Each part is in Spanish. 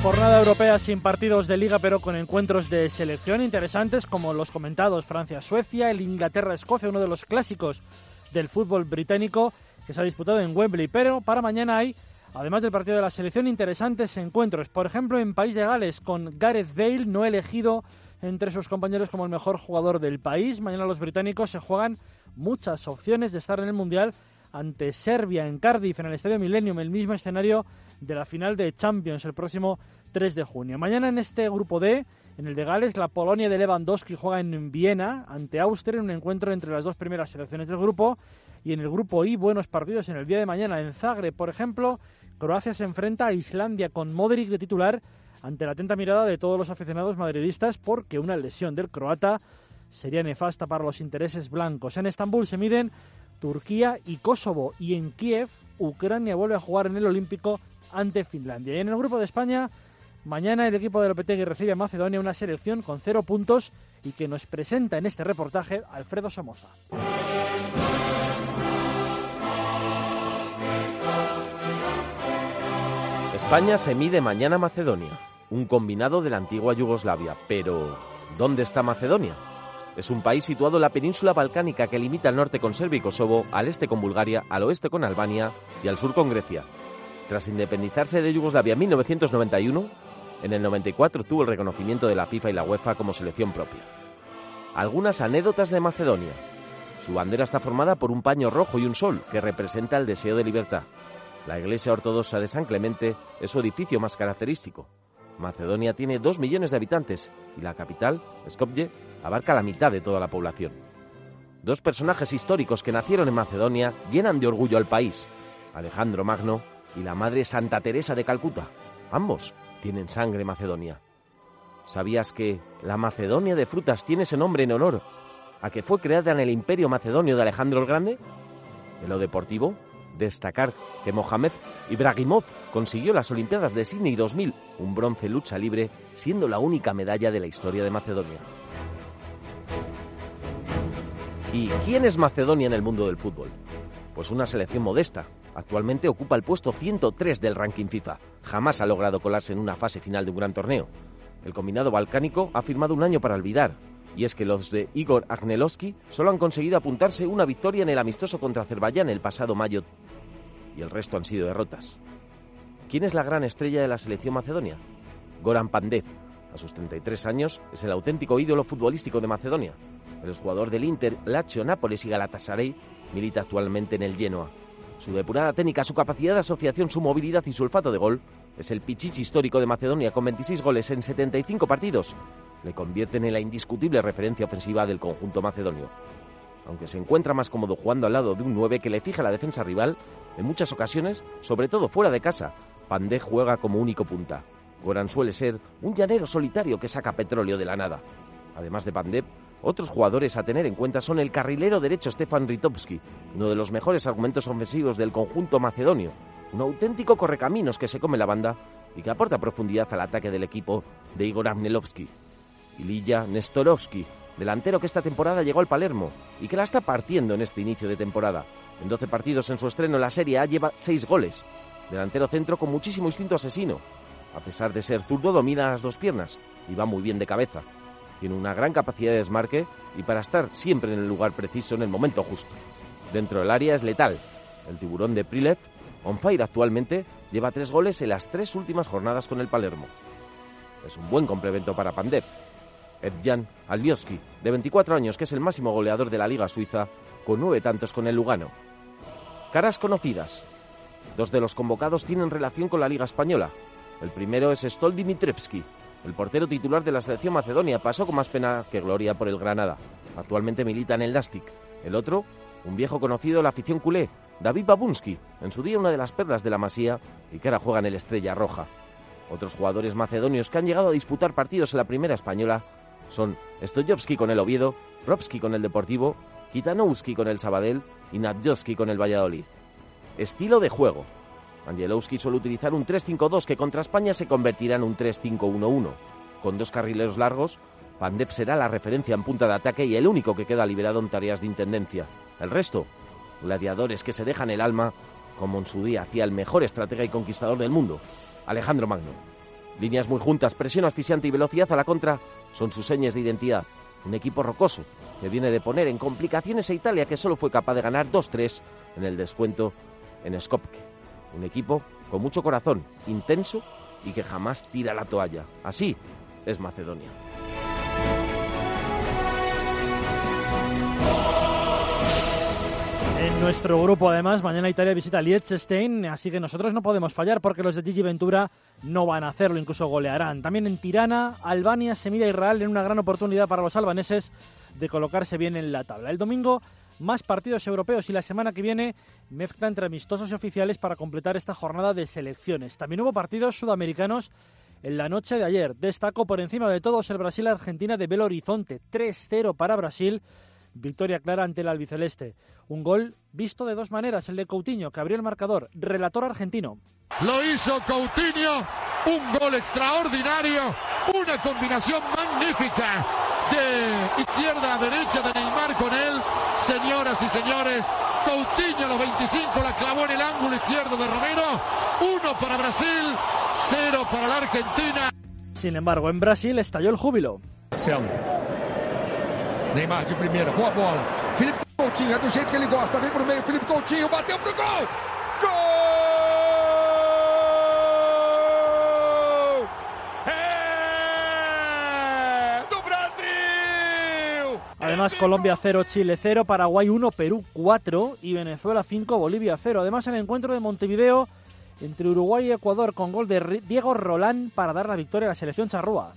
Jornada europea sin partidos de liga, pero con encuentros de selección interesantes como los comentados Francia-Suecia, el Inglaterra-Escocia, uno de los clásicos del fútbol británico que se ha disputado en Wembley. Pero para mañana hay, además del partido de la selección, interesantes encuentros. Por ejemplo, en País de Gales, con Gareth Bale no elegido entre sus compañeros como el mejor jugador del país. Mañana los británicos se juegan muchas opciones de estar en el Mundial ante Serbia en Cardiff, en el Estadio Millennium, el mismo escenario de la final de Champions el próximo 3 de junio. Mañana en este grupo D, en el de Gales, la Polonia de Lewandowski juega en Viena ante Austria en un encuentro entre las dos primeras selecciones del grupo. Y en el grupo I, buenos partidos en el día de mañana. En Zagreb, por ejemplo, Croacia se enfrenta a Islandia con Modric de titular ante la atenta mirada de todos los aficionados madridistas, porque una lesión del croata sería nefasta para los intereses blancos. En Estambul se miden Turquía y Kosovo, y en Kiev Ucrania vuelve a jugar en el Olímpico ante Finlandia. Y en el grupo de España, mañana el equipo de Lopetegui recibe a Macedonia, una selección con 0 puntos y que nos presenta en este reportaje Alfredo Somoza. España se mide mañana a Macedonia, un combinado de la antigua Yugoslavia. Pero, ¿dónde está Macedonia? Es un país situado en la península balcánica que limita al norte con Serbia y Kosovo, al este con Bulgaria, al oeste con Albania y al sur con Grecia. Tras independizarse de Yugoslavia en 1991, en el 94 tuvo el reconocimiento de la FIFA y la UEFA como selección propia. Algunas anécdotas de Macedonia. Su bandera está formada por un paño rojo y un sol, que representa el deseo de libertad. La iglesia ortodoxa de San Clemente es su edificio más característico. Macedonia tiene 2 millones de habitantes y la capital, Skopje, abarca la mitad de toda la población. Dos personajes históricos que nacieron en Macedonia llenan de orgullo al país: Alejandro Magno y la madre Santa Teresa de Calcuta. Ambos tienen sangre macedonia. ¿Sabías que la Macedonia de frutas tiene ese nombre en honor a que fue creada en el Imperio Macedonio de Alejandro el Grande? En lo deportivo, destacar que Mohamed Ibrahimov consiguió las Olimpiadas de Sydney 2000, un bronce lucha libre, siendo la única medalla de la historia de Macedonia. ¿Y quién es Macedonia en el mundo del fútbol? Pues una selección modesta. Actualmente ocupa el puesto 103 del ranking FIFA. Jamás ha logrado colarse en una fase final de un gran torneo. El combinado balcánico ha firmado un año para olvidar. Y es que los de Igor Agnelovski solo han conseguido apuntarse una victoria en el amistoso contra Azerbaiyán el pasado mayo. Y el resto han sido derrotas. ¿Quién es la gran estrella de la selección macedonia? Goran Pandev. A sus 33 años es el auténtico ídolo futbolístico de Macedonia. El jugador del Inter, Lazio, Nápoles y Galatasaray milita actualmente en el Genoa. Su depurada técnica, su capacidad de asociación, su movilidad y su olfato de gol es el pichichi histórico de Macedonia, con 26 goles en 75 partidos. Le convierten en la indiscutible referencia ofensiva del conjunto macedonio. Aunque se encuentra más cómodo jugando al lado de un 9 que le fija la defensa rival, en muchas ocasiones, sobre todo fuera de casa, Pandev juega como único punta. Goran suele ser un llanero solitario que saca petróleo de la nada. Además de Pandev, otros jugadores a tener en cuenta son el carrilero derecho Stefan Ritovski, uno de los mejores argumentos ofensivos del conjunto macedonio, un auténtico correcaminos que se come la banda y que aporta profundidad al ataque del equipo de Igor Agnelovski. Ilija Nestorovski, delantero que esta temporada llegó al Palermo y que la está partiendo en este inicio de temporada. En 12 partidos en su estreno en la Serie A lleva 6 goles. Delantero centro con muchísimo instinto asesino. A pesar de ser zurdo, domina las dos piernas y va muy bien de cabeza. Tiene una gran capacidad de desmarque y para estar siempre en el lugar preciso en el momento justo. Dentro del área es letal. El tiburón de Prilev, on fire actualmente, lleva 3 goles en las 3 últimas jornadas con el Palermo. Es un buen complemento para Pandev. Evjan Alioski, de 24 años, que es el máximo goleador de la Liga Suiza, con 9 tantos con el Lugano. Caras conocidas. 2 de los convocados tienen relación con la Liga Española. El primero es Stol Dimitrevski. El portero titular de la selección macedonia pasó con más pena que gloria por el Granada. Actualmente milita en el Nastic. El otro, un viejo conocido de la afición culé, David Babunski, en su día una de las perlas de la Masía y que ahora juega en el Estrella Roja. Otros jugadores macedonios que han llegado a disputar partidos en la primera española son Stojovski con el Oviedo, Ropski con el Deportivo, Kitanowski con el Sabadell y Nadjowski con el Valladolid. Estilo de juego. Angelowski suele utilizar un 3-5-2 que contra España se convertirá en un 3-5-1-1. Con 2 carrileros largos, Pandev será la referencia en punta de ataque y el único que queda liberado en tareas de intendencia. El resto, gladiadores que se dejan el alma, como en su día hacía el mejor estratega y conquistador del mundo, Alejandro Magno. Líneas muy juntas, presión asfixiante y velocidad a la contra son sus señas de identidad. Un equipo rocoso que viene de poner en complicaciones a Italia, que solo fue capaz de ganar 2-3 en el descuento en Skopje. Un equipo con mucho corazón, intenso y que jamás tira la toalla. Así es Macedonia. En nuestro grupo, además, mañana Italia visita Liechtenstein, así que nosotros no podemos fallar porque los de Gigi Ventura no van a hacerlo, incluso golearán. También en Tirana, Albania se mide a Israel en una gran oportunidad para los albaneses de colocarse bien en la tabla. El domingo, más partidos europeos y la semana que viene, mezcla entre amistosos y oficiales para completar esta jornada de selecciones. También hubo partidos sudamericanos en la noche de ayer. Destacó por encima de todos el Brasil-Argentina de Belo Horizonte, 3-0 para Brasil. Victoria clara ante el albiceleste. Un gol visto de dos maneras, el de Coutinho, que abrió el marcador. Relator argentino. Lo hizo Coutinho, un gol extraordinario, una combinación magnífica de izquierda a derecha de Neymar con él. Señoras y señores, Coutinho a los 25 la clavó en el ángulo izquierdo de Romero. 1 para Brasil, 0 para la Argentina. Sin embargo, en Brasil estalló el júbilo. Neymar de primeira, boa bola. Felipe Coutinho, é do jeito que ele gosta. Vem pro meio, Felipe Coutinho, bateu pro gol! Gol! É do Brasil! Además, Colombia 0, Chile 0, Paraguay 1, Perú 4 y Venezuela 5, Bolivia 0. Además, el encuentro de Montevideo entre Uruguay y Ecuador con gol de Diego Rolán para dar la victoria a la selección charrúa.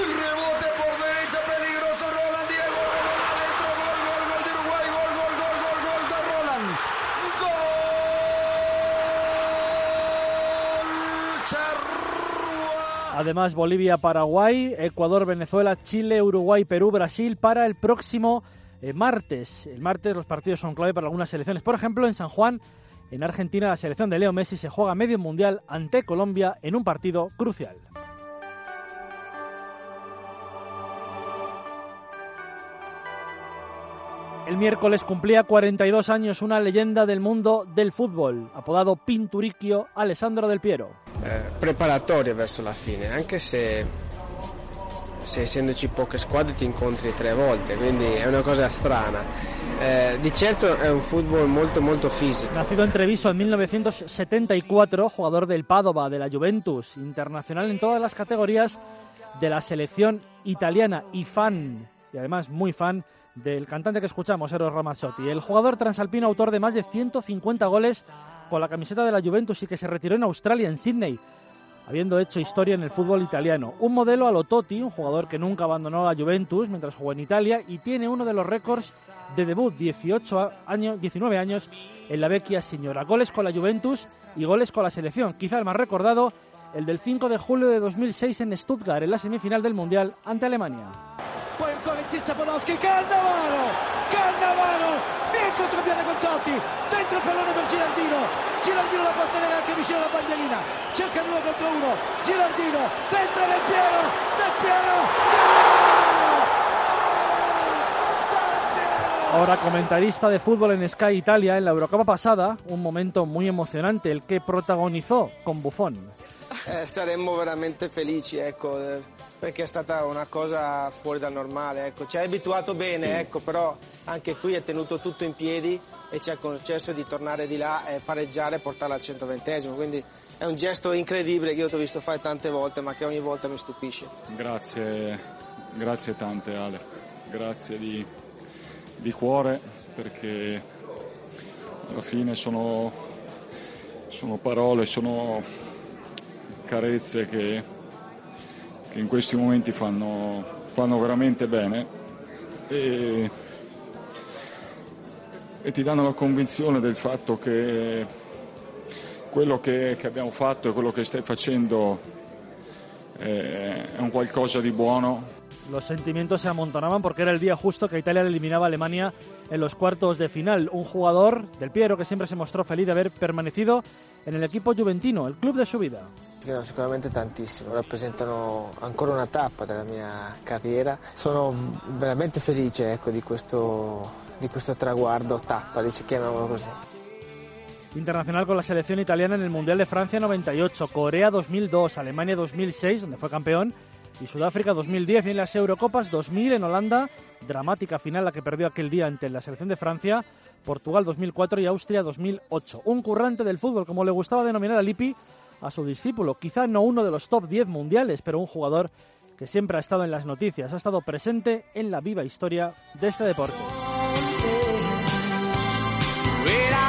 Además, Bolivia, Paraguay, Ecuador, Venezuela, Chile, Uruguay, Perú, Brasil para el próximo martes. El martes los partidos son clave para algunas selecciones. Por ejemplo, en San Juan, en Argentina, la selección de Leo Messi se juega medio mundial ante Colombia en un partido crucial. El miércoles cumplía 42 años una leyenda del mundo del fútbol, apodado Pinturicchio, Alessandro Del Piero. Preparatorio verso la fine, anche se essendoci poche squadre ti incontri 3 volte, quindi è una cosa strana. Di certo è un football molto fisico. Nacido en Treviso en 1974, jugador del Padova, de la Juventus, internacional en todas las categorías de la selección italiana y además muy fan del cantante que escuchamos, Eros Ramazzotti. El jugador transalpino, autor de más de 150 goles con la camiseta de la Juventus y que se retiró en Australia, en Sydney, habiendo hecho historia en el fútbol italiano. Un modelo a lo Totti, un jugador que nunca abandonó la Juventus mientras jugó en Italia y tiene uno de los récords de debut, 19 años en la Vecchia Signora. Goles con la Juventus y goles con la selección. Quizá el más recordado, el del 5 de julio de 2006 en Stuttgart, en la semifinal del Mundial ante Alemania. Poi ancora insiste Podolski, Cannavaro, via il contropiede con Totti, dentro il pallone per Gilardino la può tenere anche vicino alla bandierina, cerca 2 contro 1, Gilardino, dentro Del Piero, Ahora comentarista de fútbol en Sky Italia en la Eurocopa pasada, un momento muy emocionante, el que protagonizó con Buffon. Saremmo veramente felici, ecco, perché è stata una cosa fuori dal normale, ecco. Ci ha abituato bene, ecco, però anche qui è tenuto tutto in piedi e ci ha concesso di tornare di là e pareggiare e portarla al 120esimo, quindi è un gesto incredibile che io ti ho visto fare tante volte, ma che ogni volta mi stupisce. Grazie tante Ale, grazie di cuore, perché alla fine sono parole, sono carezze che in questi momenti fanno veramente bene e ti danno la convinzione del fatto che quello che abbiamo fatto e quello che stai facendo è un qualcosa di buono. Los sentimientos se amontonaban porque era el día justo que Italia eliminaba a Alemania en los cuartos de final. Un jugador, Del Piero, que siempre se mostró feliz de haber permanecido en el equipo juventino, el club de su vida. Sicuramente tantissimo, rappresentano ancora una tappa della mia carriera. Sono veramente felice, ecco, di questo traguardo, tappa, chiamiamolo così. internacional con la selección italiana en el Mundial de Francia 98, Corea 2002, Alemania 2006, donde fue campeón, y Sudáfrica 2010, y en las Eurocopas 2000 en Holanda, dramática final la que perdió aquel día ante la selección de Francia, Portugal 2004 y Austria 2008. Un currante del fútbol, como le gustaba denominar a Lippi a su discípulo, quizá no uno de los top 10 mundiales, pero un jugador que siempre ha estado en las noticias, ha estado presente en la viva historia de este deporte.